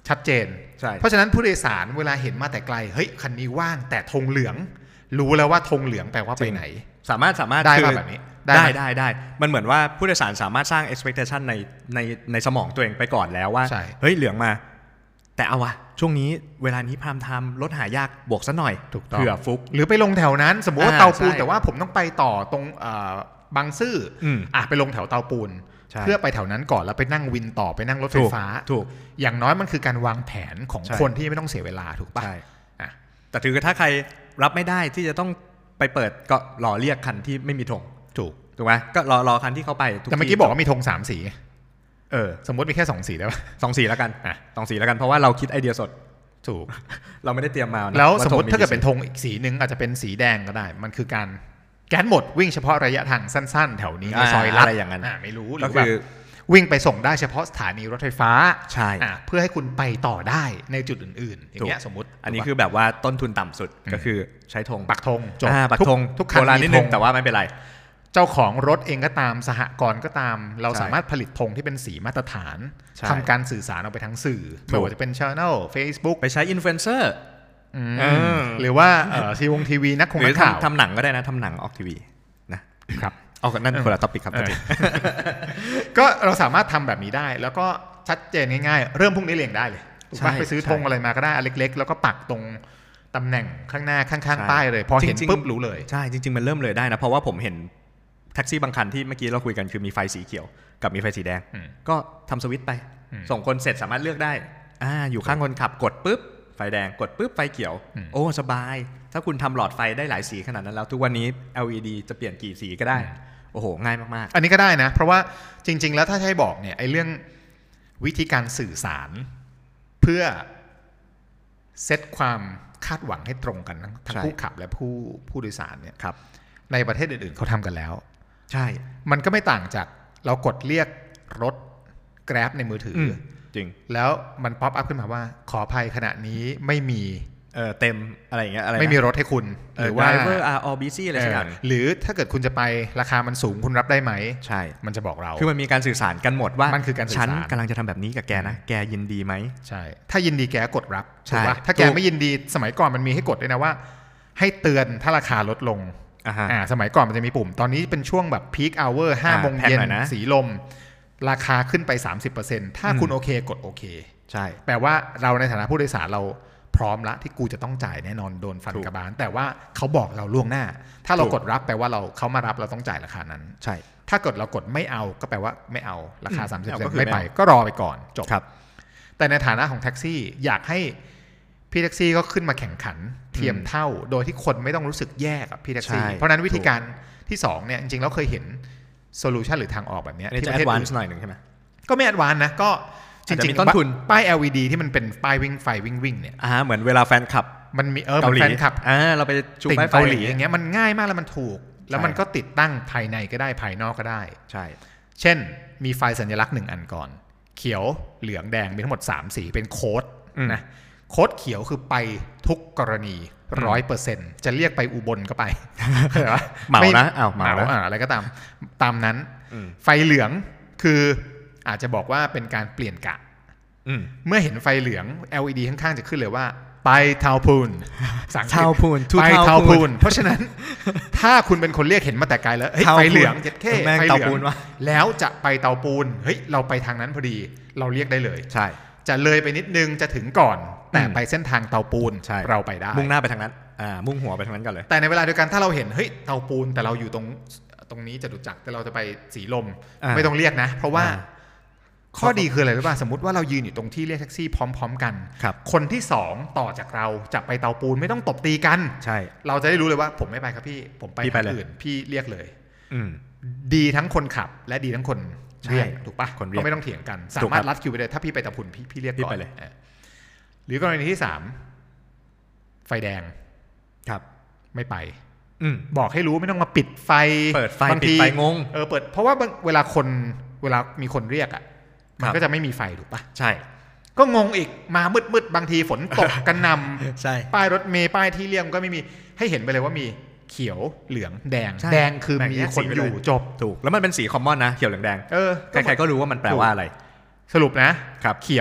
ชัดเจนใช่เพราะฉะนั้นผู้โดยสารเวลาเห็นมาแต่ไกลเฮ้ยคันนี้ว่างแต่ธงเหลืองรู้แล้วว่าธงเหลืองแปลว่าไปไหนสามารถสามารถได้แบบนี้ได้ได้ได้มันเหมือนว่าผู้โดยสารสามารถสร้าง expectation ในในในสมองตัวเองไปก่อนแล้วว่าเฮ้ยเหลืองมาแต่เอาวะช่วงนี้เวลานี้พามไทม์รถหายากบวกซะหน่อยเผื่อฟุกหรือไปลงแถวนั้นสมมติว่าเตาปูนแต่ว่าผมต้องไปต่อตรงบางซื่ออ่ะไปลงแถวเตาปูนเพื่อไปแถวนั้นก่อนแล้วไปนั่งวินต่อไปนั่งรถไฟฟ้าถูกอย่างน้อยมันคือการวางแผนของคนที่ไม่ต้องเสียเวลาถูกป่ะแต่ถือถ้าใครรับไม่ได้ที่จะต้องไปเปิดก็รอเรียกคันที่ไม่มีธงถูกถูกไหมก็รอรอคันที่เขาไปแต่เมื่อกี้บอกว่ามีธงสามสีเออสมมติมีแค่สองสีได้ป่ะสองสีแล้วกันอ่ะสองสีแล้วกันเพราะว่าเราคิดไอเดียสดถูกเราไม่ได้เตรียมมาแล้วสมมติถ้าเกิดเป็นธงอีกสีนึงอาจจะเป็นสีแดงก็ได้มันคือการแก๊สหมดวิ่งเฉพาะระยะทางสั้นๆแถวนี้ในซอยลัดอะไรอย่างนั้นไม่รู้ก็คือวิ่งไปส่งได้เฉพาะสถานีรถไฟฟ้าใช่เพื่อให้คุณไปต่อได้ในจุดอื่นๆอย่างเงี้ยสมมติอันนี้คือแบบว่าต้นทุนต่ำสุดก็คือใช้ธงปักธงจบปักธงทุกคันมีธงแต่ว่าไม่เป็นไรเจ้าของรถเองก็ตามสหกรณ์ก็ตามเราสามารถผลิตธงที่เป็นสีมาตรฐานทำการสื่อสารออกไปทั้งสื่อไม่ว่าจะเป็น Channel Facebook ไปใช้อินฟลูเอนเซอร์หรือว่าทีวงทีวีนักคงนักข่าวทำหนังก็ได้นะทำหนังออกทีวีนะครับเอากันนั่นคนละท็อปิกครับก็เราสามารถทำแบบนี้ได้แล้วก็ชัดเจนง่ายๆเริ่มพรุ่งนี้เรียงได้เลยไปซื้อธงอะไรมาก็ได้อันเล็กๆแล้วก็ปักตรงตำแหน่งข้างหน้าข้างๆป้ายเลยพอเห็นปุ๊บรู้เลยใช่จริงๆมันเริ่มเลยได้นะเพราะว่าผมเห็นแท็กซี่บางคันที่เมื่อกี้เราคุยกันคือมีไฟสีเขียวกับมีไฟสีแดงก็ทำสวิตช์ไปส่งคนเสร็จสามารถเลือกได้อ่าอยู่ข้างคนขับกดปุ๊บไฟแดงกดปุ๊บไฟเขียวโอ้สบายถ้าคุณทำหลอดไฟได้หลายสีขนาดนั้นแล้วทุกวันนี้ แอล อี ดี จะเปลี่ยนกี่สีก็ได้โอ้โหง่ายมากๆอันนี้ก็ได้นะเพราะว่าจริงๆแล้วถ้าให้บอกเนี่ยไอ้เรื่องวิธีการสื่อสารเพื่อเซตความคาดหวังให้ตรงกันทั้งผู้ขับและผู้ผู้โดยสารเนี่ยในประเทศอื่นๆเขาทำกันแล้วใช่มันก็ไม่ต่างจากเรากดเรียกรถ Grab ในมือถือจริงแล้วมันป๊อปอัพขึ้นมาว่าขออภัยขณะนี้ไม่มีเออเต็มอะไรอย่างเงี้ยอะไรไม่มีรถให้คุณหรือว่า driver are all busy อะไรสักอย่างหรือถ้าเกิดคุณจะไปราคามันสูงคุณรับได้ไหมใช่มันจะบอกเราคือมันมีการสื่อสารกันหมดว่ามันคือการสื่อสารฉันกำลังจะทำแบบนี้กับแกนะแกยินดีไหมใช่ถ้ายินดีแกกดรับถูกป่ะถ้าแกไม่ยินดีสมัยก่อนมันมีให้กดด้วยนะว่าให้เตือนถ้าราคาลดลงอ่าสมัยก่อนมันจะมีปุ่มตอนนี้เป็นช่วงแบบ peak hour ห้าโมงเย็นสีลมราคาขึ้นไป สามสิบเปอร์เซ็นต์ ถ้าคุณโอเคกดโอเคใช่แปลว่าเราในฐานะผู้โดยสารเราพร้อมละที่กูจะต้องจ่ายแน่นอนโดนฟันกระบาลแต่ว่าเขาบอกเราล่วงหน้าถ้าเรากดรับแปลว่าเราเขามารับเราต้องจ่ายราคานั้นใช่ถ้าเกิดเรากดไม่เอาก็แปลว่าไม่เอาราคา สามสิบเปอร์เซ็นต์ ไม่ไปก็รอไปก่อนจบแต่ในฐานะของแท็กซี่อยากให้พี่แท็กซี่ก็ขึ้นมาแข่งขันเทียมเท่าโดยที่คนไม่ต้องรู้สึกแย่กับพี่แท็กซี่เพราะนั้นวิธีการที่สองเนี่ยจริงๆแล้วเคยเห็นโซลูชันหรือทางออกแบบนี้ที่ประเทศอื่นหน่อยนึงใช่ไหมก็ไม่แอดวานซ์นะก็จริงๆต้นทุนป้าย แอล อี ดี ที่มันเป็นป้ายวิ่งไฟวิ่งวิ่งเนี่ยอ่าเหมือนเวลาแฟนคลับมันมีเออแฟนคลับอ่าเราไปชูป้ายไฟเกาหลีอย่างเงี้ยมันง่ายมากแล้วมันถูกแล้วมันก็ติดตั้งภายในก็ได้ภายนอกก็ได้ใช่เช่นมีไฟสัญลักษณ์หนึ่งอันก่อนเขียวเหลืองแดงมีทั้งหมดสามสีเป็นโค้ดนะโค้ดเขียวคือไปทุกกรณี ร้อยเปอร์เซ็นต์ จะเรียกไปอุบลก็ไปเหมานะอ้าวเหมาอะไรก็ตามตามนั้นไฟเหลืองคืออาจจะบอกว่าเป็นการเปลี่ยนกะเมื่อเห็นไฟเหลือง แอล อี ดี ข้างๆจะขึ้นเลยว่าไปเทาพูนสังเทาพูนไปเทาพูนเพราะฉะนั้นถ้าคุณเป็นคนเรียกเห็นมาแต่ไกลแล้วเฮ้ยไฟเหลืองเจ็ดเข้ไฟเหลืองแล้วจะไปเตาปูนเฮ้ยเราไปทางนั้นพอดีเราเรียกได้เลยใช่จะเลยไปนิดนึงจะถึงก่อนแต่ไปเส้นทางเตาปูนเราไปได้มุ่งหน้าไปทางนั้นอ่ามุ่งหัวไปทางนั้นกันเลยแต่ในเวลาเดียวกันถ้าเราเห็นเฮ้ยเตาปูนแต่เราอยู่ตรงตรงนี้จตุจักรแต่เราจะไปสีลมไม่ต้องเรียกนะเพราะว่าข้อดีคืออะไรรู้ป่ะสมมติว่าเรายืนอยู่ตรงที่เรียกแท็กซี่พร้อมๆกันคนที่สองต่อจากเราจะไปเตาปูนไม่ต้องตบตีกันใช่เราจะได้รู้เลยว่าผมไม่ไปครับพี่ผมไปทางอื่นพี่เรียกเลยดีทั้งคนขับและดีทั้งคนเรียกถูกป่ะก็ไม่ต้องเถียงกันสามารถรัดคิวไปเลยถ้าพี่ไปเตาปูนพี่พี่เรียกก่อนเลยหรือกรณีที่สามไฟแดงครับไม่ไปบอกให้รู้ไม่ต้องมาปิดไฟเปิดไฟปิดไฟงงเออเปิดเพราะว่าเวลาคนเวลามีคนเรียกอ่ะมันก็จะไม่มีไฟถูกปะใช่ก็งงอีกมามืดๆบางทีฝนตกกันนำใช่ป้ายรถเมล์ป้ายที่เลี่ยมก็ไม่มีให้เห็นไปเลยว่ามีเขียวเหลืองแดงแดงคือมีคนอยู่จบถูกแล้วมันเป็นสีคอมมอนนะเขียวเหลืองแดงเออใครๆก็รู้ว่ามันแปลว่าอะไรสรุปนะครับเขียว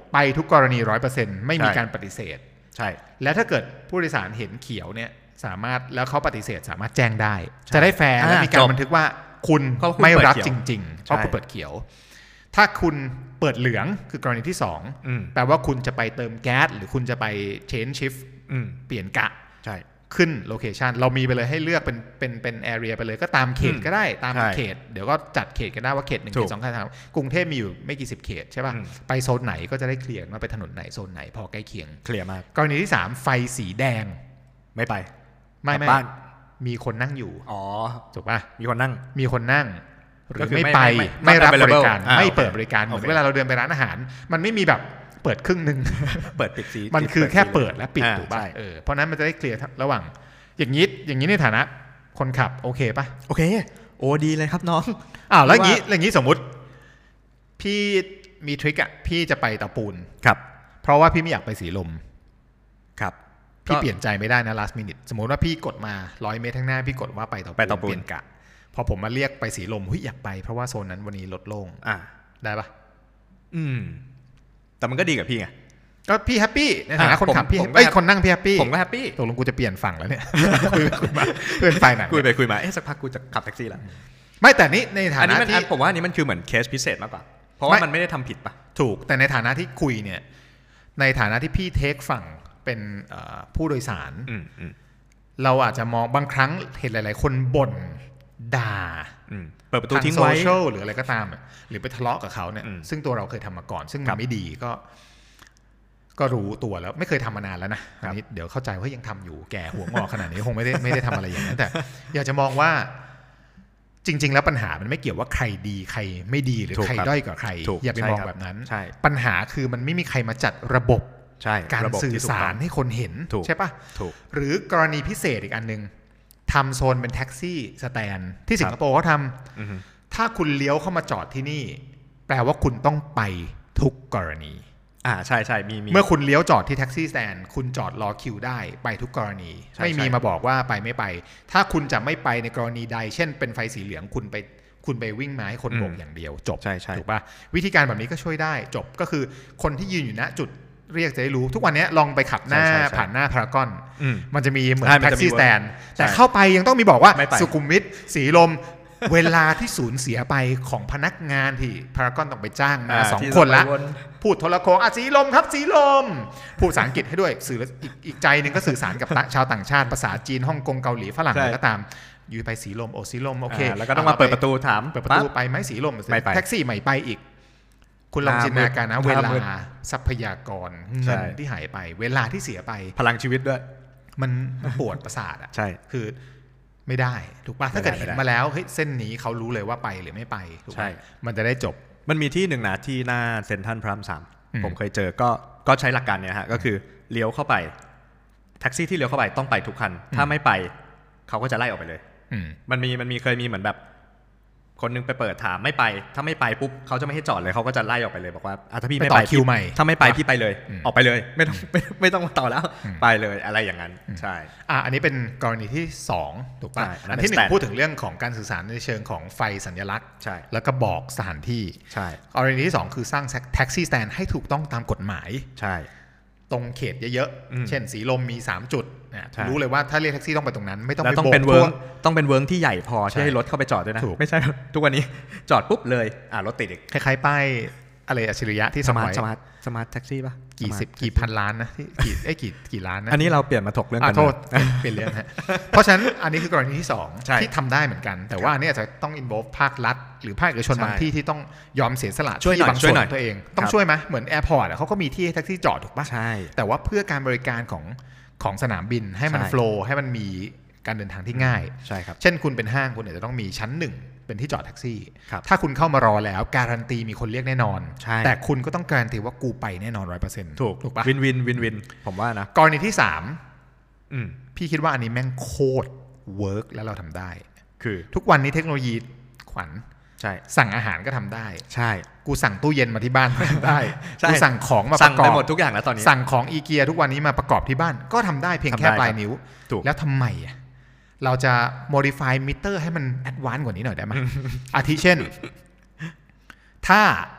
ไปทุกกรณี ร้อยเปอร์เซ็นต์ ไม่มีการปฏิเสธใช่และถ้าเกิดผู้โดยสารเห็นเขียวเนี่ยสามารถแล้วเขาปฏิเสธสามารถแจ้งได้จะได้แฟร์และมีการบันทึกว่าคุณไม่รับจริงๆเพราะคุณเปิดเขียวถ้าคุณเปิดเหลืองคือกรณีที่สองแปลว่าคุณจะไปเติมแก๊สหรือคุณจะไป change shift เปลี่ยนกะใช่ขึ้นโลเคชันเรามีไปเลยให้เลือกเป็นเป็นเป็นแอเรียไปเลยก็ตามเขตก็ได้ตามเขตเดี๋ยวก็จัดเขตกันได้ว่าเขตหนึ่งเขตสองเขตสามกรุงเทพมีอยู่ไม่กี่สิบเขตใช่ป่ะไปโซนไหนก็จะได้เคลียร์ว่าไปถนนไหนโซนไหนพอใกล้เคียงเคลียร์มากกรณีที่สามไฟสีแดงไม่ไปไม่ไม่มีคนนั่งอยู่อ๋อถูกป่ะมีคนนั่งมีคนนั่งหรือไม่ไปไม่รับบริการไม่เปิดบริการเหมือนเวลาเราเดินไปร้านอาหารมันไม่มีแบบเปิดครึ่งนึงเปิดปิดสีมันคือแค่เปิดและปิดถูกป่ะเออเพราะนั้นมันจะได้เคลียร์ระหว่างอย่างนี้อย่างนี้ในฐานะคนขับโอเคป่ะโอเคโอ้ดีเลยครับน้องอ้าวแล้วอย่างนี้อย่างนี้สมมุติพี่มีทริคอ่ะพี่จะไปเตาปูนครับเพราะว่าพี่ไม่อยากไปสีลมครับพี่เปลี่ยนใจไม่ได้นะ last minute สมมติว่าพี่กดมาร้อยเมตรข้างหน้าพี่กดว่าไปเตาปูนเปลี่ยนกะพอผมมาเรียกไปสีลมเฮ้ยอยากไปเพราะว่าโซนนั้นวันนี้รถโล่งอ่ะได้ป่ะอืมแต่มันก็ดีกับพี่ไงก็พี่แฮปปี้ในฐานะคนขับพี่เอ้ยคนนั่งพี่แฮปปี้ผมก็แฮปปี้ตกลงกูจะเปลี่ยนฝั่งแล้วเนี่ยคุยคุยมาเพื่อนไปไหนคุยไปคุยมาเอ๊ะสักพักกูจะขับแท็กซี่แล้วไม่แต่นี่ในฐานะที่ผมว่านี้มันคือเหมือนเคสพิเศษมากกว่าเพราะว่ามันไม่ได้ทำผิดป่ะถูกแต่ในฐานะที่คุยเนี่ยในฐานะที่พี่เทคฝั่งเป็นผู้โดยสารเราอาจจะมองบางครั้งเห็นหลายๆคนบ่นด่าเปิดประตูทิ้งไว้โซเชียลหรืออะไรก็ตามหรือไปทะเลาะกับเขาเนี่ยซึ่งตัวเราเคยทำมาก่อนซึ่งมันไม่ดีก็ก็รู้ตัวแล้วไม่เคยทำมานานแล้วนะอันนี้เดี๋ยวเข้าใจว่ายังทำอยู่แก่หัวงอกขนาดนี้คงไม่ได้ไม่ได้ทำอะไรอย่างนั้นแต่อยากจะมองว่าจริงๆแล้วปัญหามันไม่เกี่ยวว่าใครดีใครไม่ดีหรือใครด้อยกว่าใครอย่าไปมองแบบนั้นปัญหาคือมันไม่มีใครมาจัดระบบการสื่อสารให้คนเห็นใช่ปะหรือกรณีพิเศษอีกอันนึงทำโซนเป็นแท็กซี่สแตนที่สิงคโปร์เขาทำถ้าคุณเลี้ยวเข้ามาจอดที่นี่แปลว่าคุณต้องไปทุกกรณีอ่าใช่ใช่มีมีเมื่อคุณเลี้ยวจอดที่แท็กซี่สแตนคุณจอดรอคิวได้ไปทุกกรณีไม่มีมาบอกว่าไปไม่ไปถ้าคุณจะไม่ไปในกรณีใดเช่นเป็นไฟสีเหลืองคุณไปคุณไปวิ่งมาให้คนโบกอย่างเดียวจบถูกป่ะวิธีการแบบนี้ก็ช่วยได้จบก็คือคนที่ยืนอยู่ณจุดเรียกจะได้รู้ทุกวันนี้ลองไปขับหน้าผ่านหน้าพารากอนมันจะมีเหมือนแท็กซี่สแตนแต่เข้าไปยังต้องมีบอกว่าสุขุมวิทสีลมเวลาที่สูญเสียไปของพนักงานที่พารากอนต้องไปจ้างมาสองคนละพูดโทรโขงอ่ะสีลมครับสีลมพูดภาษาอังกฤษให้ด้วยสื่ออีกอีกใจนึงก็สื่อสารกับชาวต่างชาติภาษาจีนฮ่องกงเกาหลีฝรั่งอะไรก็ตามอยู่ไปสีลมโอสีลมโอเคแล้วก็ต้องมาเปิดประตูถามเปิดประตูไปไหมสีลมแท็กซี่ใหม่ไปอีกคุณลองจินตนาการนะเวลาทรัพยากรเงินที่หายไปเวลาที่เสียไปพลังชีวิตด้วยมันปวดประสาทอ่ะใช่คือไม่ได้ถูกป่ะถ้าเกิดเห็นมาแล้วเฮ้ยเส้นนี้เขารู้เลยว่าไปหรือไม่ไปถูกป่ะมันจะได้จบมันมีที่หนึ่งนะที่หน้าเซ็นทรัลพระรามสามผมเคยเจอก็ก็ใช้หลักการเนี้ยฮะก็คือเลี้ยวเข้าไปแท็กซี่ที่เลี้ยวเข้าไปต้องไปทุกคันถ้าไม่ไปเขาก็จะไล่ออกไปเลยมันมีมันมีเคยมีเหมือนแบบคนนึงไปเปิดถามไม่ไปถ้าไม่ไปปุ๊บเขาจะไม่ให้จอดเลยเขาก็จะไล่ออกไปเลยบอกว่าถ้าพี่ไม่ไปคิวใหม่ถ้าไม่ไปพี่ไปเลยออกไปเลยไม่ต้องไม่ไม่ต้องมาต่อแล้วไปเลยอะไรอย่างนั้นใช่อ่ะอันนี้เป็นกรณีที่สองถูกป่ะอันที่หนึ่งพูดถึงเรื่องของการสื่อสารในเชิงของไฟสัญลักษณ์ใช่แล้วก็บอกสถานที่ใช่กรณีที่สองคือสร้างแท็กซี่สแตนให้ถูกต้องตามกฎหมายใช่ตรงเขตเยอะๆเช่นสีลมมีสามจุดรู้เลยว่าถ้าเรียกแท็กซี่ต้องไปตรงนั้นไม่ต้องไปโบกเป็นเวิร์กต้องเป็นเวิร์กที่ใหญ่พอที่ให้รถเข้าไปจอดด้วยนะไม่ใช่ทุกวันนี้จอดปุ๊บเลยอ่ารถติดอีกคล้ายๆป้ายอะไรอัจฉริยะที่สมาร์ทสมาร์ทสมาร์ทแท็กซี่ป่ะกี่สิบกี่พันล้านนะที่กี่เอ้กี่กี่ล้านนะอันนี้เราเปลี่ยนมาถกเรื่องกันโทษเปลี่ยนเรื่องฮะเพราะฉะนั้นอันนี้คือกรณีที่สองที่ทำได้เหมือนกันแต่ว่าอันนี้อาจจะต้อง involve ภาครัฐหรือภาคเอกชนบางที่ที่ต้องยอมเสียสละช่วยบางส่วนตัวเองต้องช่วยไหมเหมือนแอร์พอร์ตเขาก็มีที่ให้แท็กซี่จอดถูกป่ะใช่แต่ว่าเพื่อการบริการของของสนามบินให้มันโฟลว์ให้มันมีการเดินทางที่ง่ายใช่ครับเช่นคุณเป็นห้างคุณอาจจะต้องมีชั้นหนึ่งเป็นที่จอดแท็กซี่ถ้าคุณเข้ามารอแล้วการันตีมีคนเรียกแน่นอนแต่คุณก็ต้องการันตีว่ากูไปแน่นอน ร้อยเปอร์เซ็นต์ถูกถูกป่ะวินวินวินวินผมว่านะกรณีที่สามพี่คิดว่าอันนี้แม่งโคตรเวิร์กแล้วเราทำได้คือทุกวันนี้เทคโนโลยีขวัญใช่สั่งอาหารก็ทำได้ใช่กูสั่งตู้เย็นมาที่บ้านก็ทำได้กูสั่งของมาประกอบได้หมดทุกอย่างแล้วตอนนี้สั่งของอีเกียทุกวันนี้มาประกอบที่บ้านก็ทำได้เพียงแค่ปลายนิ้วแล้วทำไมอ่ะเราจะ modify meter ให้มัน advanced กว่านี้หน่อยได้ไหม อาทิเช่นถ้า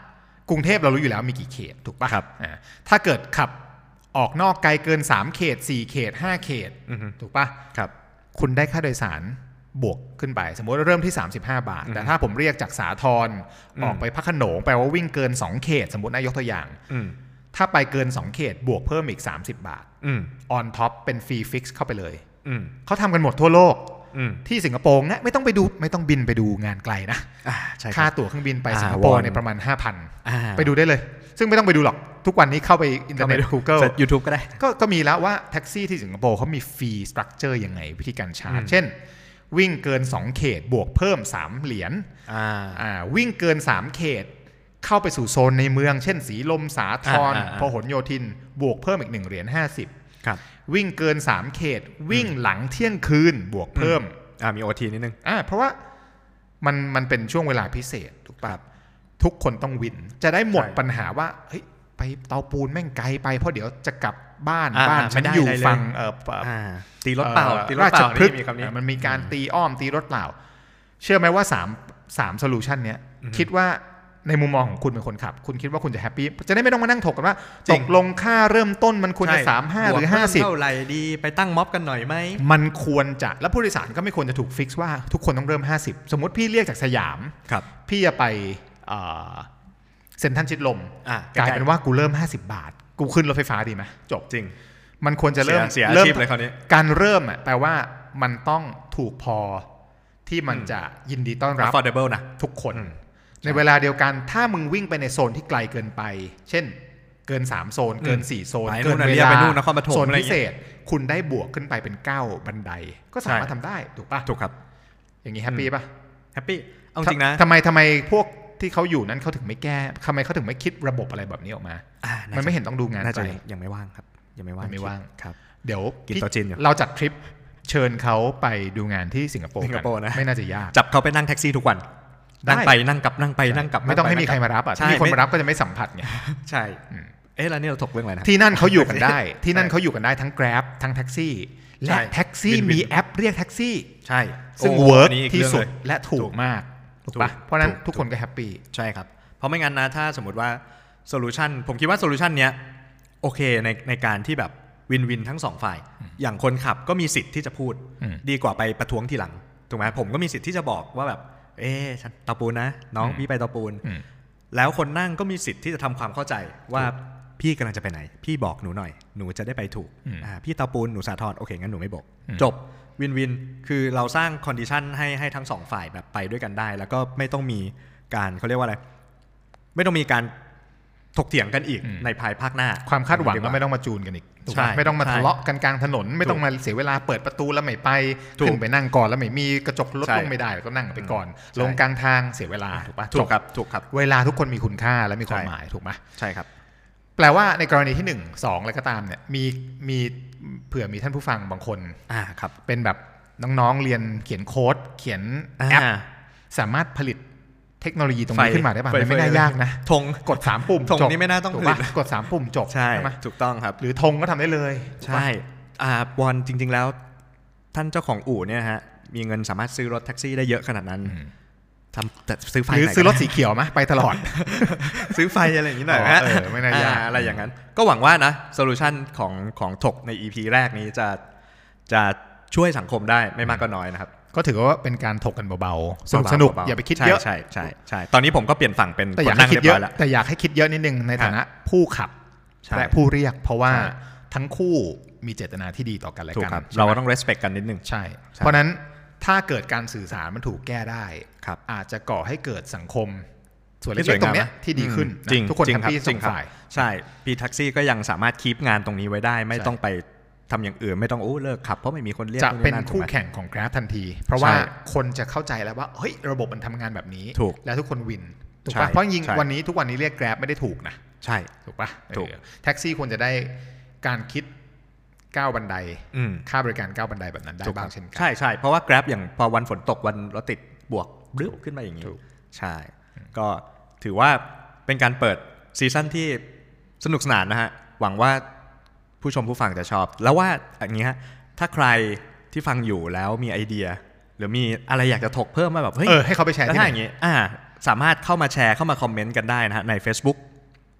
กรุงเทพเรารู้อยู่แล้วมีกี่เขตถูกปะครับอ่าถ้าเกิดขับออกนอกไกลเกินสามเขตสี่เขตห้าเขตอือฮึถูกปะครับคุณได้ค่าโดยสารบวกขึ้นไปสมมติว่าเริ่มที่สามสิบห้าบาทแต่ถ้าผมเรียกจากสาทรออกไปพระโขนงแปลว่าวิ่งเกินสองเขตสมมตินายกตัวอย่างอืมถ้าไปเกินสองเขตบวกเพิ่มอีกสามสิบบาทอืมออนท็อปเป็นฟรีฟิกซ์เข้าไปเลยอืมเขาทำกันหมดทั่วโลกอืมที่สิงคโปร์นะไม่ต้องไปดูไม่ต้องบินไปดูงานไกลนะอ่าใช่รับค่าตั๋วเครื่องบินไปอ่าสิงคโปร์วอนในยประมาณ ห้าพันอ่าไปดูได้เลย ซึ่งไม่ต้องไปดูหรอกทุกวันนี้เข้าไปอินเทอร์เน็ต Google เสิร์ช YouTube ก็ได้ก็ก็มีแล้วว่าแท็กซี่ที่สิงคโปร์เขามีฟรีสตรัคเจอร์ยังไงวิธีการชาร์จอืมเช่น วิ่งเกินสองเขตบวกเพิ่มสามเหรียญอ่าอ่าวิ่งเกินสามเขตเข้าไปสู่โซนในเมืองเช่นสีลมสาทรอ่าอ่าอ่าพหลโยธินบวกเพิ่มอีกหนึ่งเหรียญห้าสิบครับวิ่งเกินสามเขตวิ่งหลังเที่ยงคืนบวกเพิ่มอ่ามี โอ ที นิดนึงอ่าเพราะว่ามันมันเป็นช่วงเวลาพิเศษถูกปะทุกคนต้องวินจะได้หมดใช่ปัญหาว่าเฮ้ยไปเตาปูนแม่งไกลไปเพราะเดี๋ยวจะกลับบ้านอ่าบ้านอ่าฉันไม่ได้อยู่อะไรเลยฝั่งเอออ่าตีรถเปล่าเอ่อตีรถเปล่าราชพฤกษ์นี่มีคำนี้อ่ะมันมีการตีอ้อมตีรถเปล่า เชื่อไหมว่าสามสามโซลูชันเนี้ยคิดว่าในมุมมองของคุณเป็นคนขับ คุณคิดว่าคุณจะแฮปปี้จะได้ไม่ต้องมานั่งถกกันว่าจริตงกลงค่าเริ่มต้นมันควรจะใช่สามห้าหรือวกห้าสิบเท่าไหร่ดีไปตั้งม็อบกันหน่อยไหมมันควรจะแล้วผู้โดยสารก็ไม่ควรจะถูกฟิกซ์ว่าทุกคนต้องเริ่มห้าสิบสมมติพี่เรียกจากสยามครับพี่จะไปเอ่อเซ็นทรัลชิดลมอ่ะกลายเป็นว่ากูเริ่มห้าสิบบาท กูขึ้นรถไฟฟ้าดีไหมจบจริงมันควรจะเริ่มเสียอาเริ่มชีพเลยคราวนี้การเริ่มอ่ะแปลว่ามันต้องถูกพอที่มันจะยินดีต้อนรับ affordable นะทุกคนอืมในเวลาเดียวกันถ้ามึงวิ่งไปในโซนที่ไกลเกินไป เช่นเกินสามโซนเกินสี่โซนไปเกินู่นนเวเรียกลาไปนู่นนครปฐมโซนอะไรพิเงี้ยเศษ คุณได้บวกขึ้นไปเป็นเก้าบันได ก็สามารถใช่ทำได้ถูกปะถูกครับอย่างนี้แฮปปี้ปะแฮปปี้เอาจริงนะทำไมทำไมพวกที่เขาอยู่นั้นเขาถึงไม่แก้ทำไมเขาถึงไม่คิดระบบอะไรแบบนี้ออกมาอ่ามัมันไม่เห็นต้องดูงานน่าจะไกลยังไม่ว่างครับ ยังไม่ว่างยังไม่ว่างครับเดี๋ยวกินโต๊ะจีนอยู่เราจัดทริปเชิญเขาไปดูงานที่สิงคโปร์สิงคโปร์นะไม่น่าจะยากจับเขาไปนั่งแท็กซี่ทุกวันได้นั่งไปนั่งกลับนั่งไปนั่งกลับไม่ต้องให้นั่มีใครมารับอ่ะใช่ถ้ามีคนไมารับก็จะไม่สัมผัสไงใช่ เอ๊ะแล้วนี่เราถกเรื่องอะไรนะที่นั่นเขาอยู่กันได้ ที่นั่นเขาอยู่กันได้ทั้ง Grab ทั้งแท็กซี่ใช่และแท็กซี่วินๆมีแอปเรียกแท็กซี่ใช่ซึ่งโอ้เวิร์กอันนี้อีกที่เรื่องสุดเลยและถูถูกกมากถูกปะถูกเพราะฉะนั้นถูกทุกคนก็แฮปปี้ใช่ครับ เพราะไม่งั้นนะถ้าสมมติว่าโซลูชันผมคิดว่าโซลูชันเนี้ยโอเคในในการที่แบบวินวินทั้งสองฝ่าย อย่างคนขับก็มีสิทธิ์ที่จะพูดอืมดีกว่าไปประท้วงทีหลังถูกไหมผมก็มีสิทธิ์ที่จะบอกว่าแบบเอ๊ะฉันเตาปูนนะ น้องอืมพี่ไปเตาปูนอืมแล้วคนนั่งก็มีสิทธิ์ที่จะทำความเข้าใจว่าพี่กำลังจะไปไหน พี่บอกหนูหน่อยหนูจะได้ไปถูกอืมอ่าพี่เตาปูนหนูสาทรโอเคงั้นหนูไม่บอกอืมจบวินวินคือเราสร้างคอนดิชันให้ให้ทั้งสองฝ่ายแบบไปด้วยกันได้ แล้วก็ไม่ต้องมีการเขาเรียกว่าอะไร ไม่ต้องมีการถกเถียงกันอีกอืมในภายภาคหน้าความคาดหวังดีก็ว่าไม่ต้องมาจูนกันอีกถูกใช่ปะไม่ต้องมาใช่ทะเลาะกันกลางถนน ไม่ต้องถูกมาเสียเวลาเปิดประตูแล้วไม่ไปถูกขึ้นไปนั่งก่อนแล้วไม่มีกระจกรถใช่ลงไม่ได้ก็นั่งไปก่อนใช่ลงกลางทางเสียเวลาถูกปะถูจกบครับถูกครับเวลาทุกคนมีคุณค่าและมีความใช่หมายถูกไหมใช่ครับแปลว่าในกรณีที่หนึ่งสองอะไรก็ตามเนี่ยมีมีเผื่อมีท่านผู้ฟังบางคนอ่าครับเป็นแบบน้องๆเรียนเขียนโค้ด เขียนแอปอ่าสามารถผลิตเทคโนโลยีตรงนี้ไฟขึ้นมาได้ป่ะไฟมันไม่น่ายากนะธงกดสามปุ่มธงจบนี้ไม่น่าต้องถูกผลิปะตกดสามปุ่มจบใช่ไหมถูกต้องครับหรือธงก็ทำได้เลยใช่อ่าบอลจริง ๆ แล้ว ท่านเจ้าของอู่เนี่ยฮะมีเงินสามารถซื้อรถแท็กซี่ได้เยอะขนาดนั้นทำแต่ซื้อไฟหรือไหนซื้อรถก็ได้สีเขียวไหมไปตลอดซื้อไฟอะไรอย่างนี้หน่อยอ๋อฮะเออไม่น่ายากอ่อะไรอย่างนั้น ก็หวังว่านะโซลูชันของของถกใน อี พี แรกนี้จะจะช่วยสังคมได้ไม่มากก็น้อยนะครับก็ถือว่าเป็นการถกกันเบาๆสนุกสนุกอย่าไปคิดเยอะใช่ใช่ใช่ตอนนี้ผมก็เปลี่ยนฝั่งเป็นแต่อยากคนให้นั่งคิดเรียบเยร้ออะยแล้วแต่อยากให้คิดเยอะนิดนึงในฐานะผู้ขับใช่และผู้เรียก เพราะว่าใช่ทั้งคู่มีเจตนาที่ดีต่อกันและถูกกันครับใช่ไหมเราก็ต้อง respect กันนิดนึงใช่ เพราะนั้นถ้าเกิดการสื่อสารมันถูกแก้ได้ครับอาจจะก่อให้เกิดสังคม ส่วนที่เล็สวยกๆตรงงามเนี้ยนะที่ดีขึ้นอืมจริงนะทุกคนจริแฮงปปี้ครับสจริองงครับฝ่ายใช่พี่แท็กซี่ก็ยังสามารถคีปงานตรงนี้ไว้ได้ ไม่ใช่ต้องไปทำอย่างอื่นไม่ต้องโอ้เลิกขับเพราะไม่มีคนเรียกจะเป็นนู่นคู่ถูกไหมแข่งของ Grab ทันที เพราะว่าใช่คนจะเข้าใจแล้วว่าเฮ้ยระบบมันทำงานแบบนี้ถูกแล้วทุกคนวินถูกใช่ปะเพราะจริงใช่ๆวันนี้ทุกวันนี้เรียก Grab ไม่ได้ถูกนะใช่ถูกปะถูกเออแท็กซี่ควรจะได้การคิดก้าวบันไดอืมค่าบริการก้าวบันไดแบบนั้นได้ถูกบ้าคงรับเช่นกันใช่ใช่เพราะว่า Grab อย่างพอวันฝนตกวันรถติดบวกบลึ๊บขึ้นมาอย่างนี้ถูกใช่ ก็ถือว่าเป็นการเปิดซีซั่นที่สนุกสนานนะฮะหวังว่าผู้ชมผู้ฟังจะชอบ แล้วว่าอย่างนี้ฮะถ้าใครที่ฟังอยู่แล้วมีไอเดีย หรือมีอะไรอยากจะถกเพิ่มมาแบบเฮ้ยเออให้เขาไปแชร์แล้วที่ถ้าไหอน ย่างนี้อ่าสามารถเข้ามาแชร์เข้ามาคอมเมนต์กันได้นะฮะใน Facebook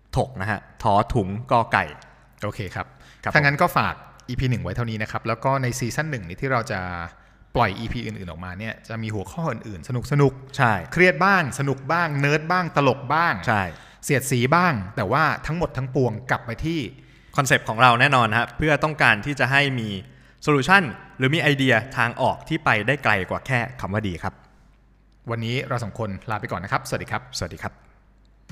ถกนะฮะทอถุงกอไก่โอเคครับครับถ้างั้นก็ฝาก อี พี หนึ่งไว้เท่านี้นะครับแล้วก็ในซีซั่นหนึ่งนี้ที่เราจะปล่อย อี พี อื่นๆออกมาเนี่ยจะมีหัวข้ออื่นๆสนุกสนุกใช่เครียดบ้างสนุกบ้างเนิร์ดบ้างตลกบ้างใช่เสียดสีบ้างแต่ว่าทั้งหมดทั้งปวงกลับไปที่คอนเซปต์ของเราแน่นอนฮะเพื่อต้องการที่จะให้มีโซลูชันหรือมีไอเดียทางออกที่ไปได้ไกลกว่าแค่คำว่าดีครับวันนี้เราสองคนลาไปก่อนนะครับสวัสดีครับสวัสดีครับ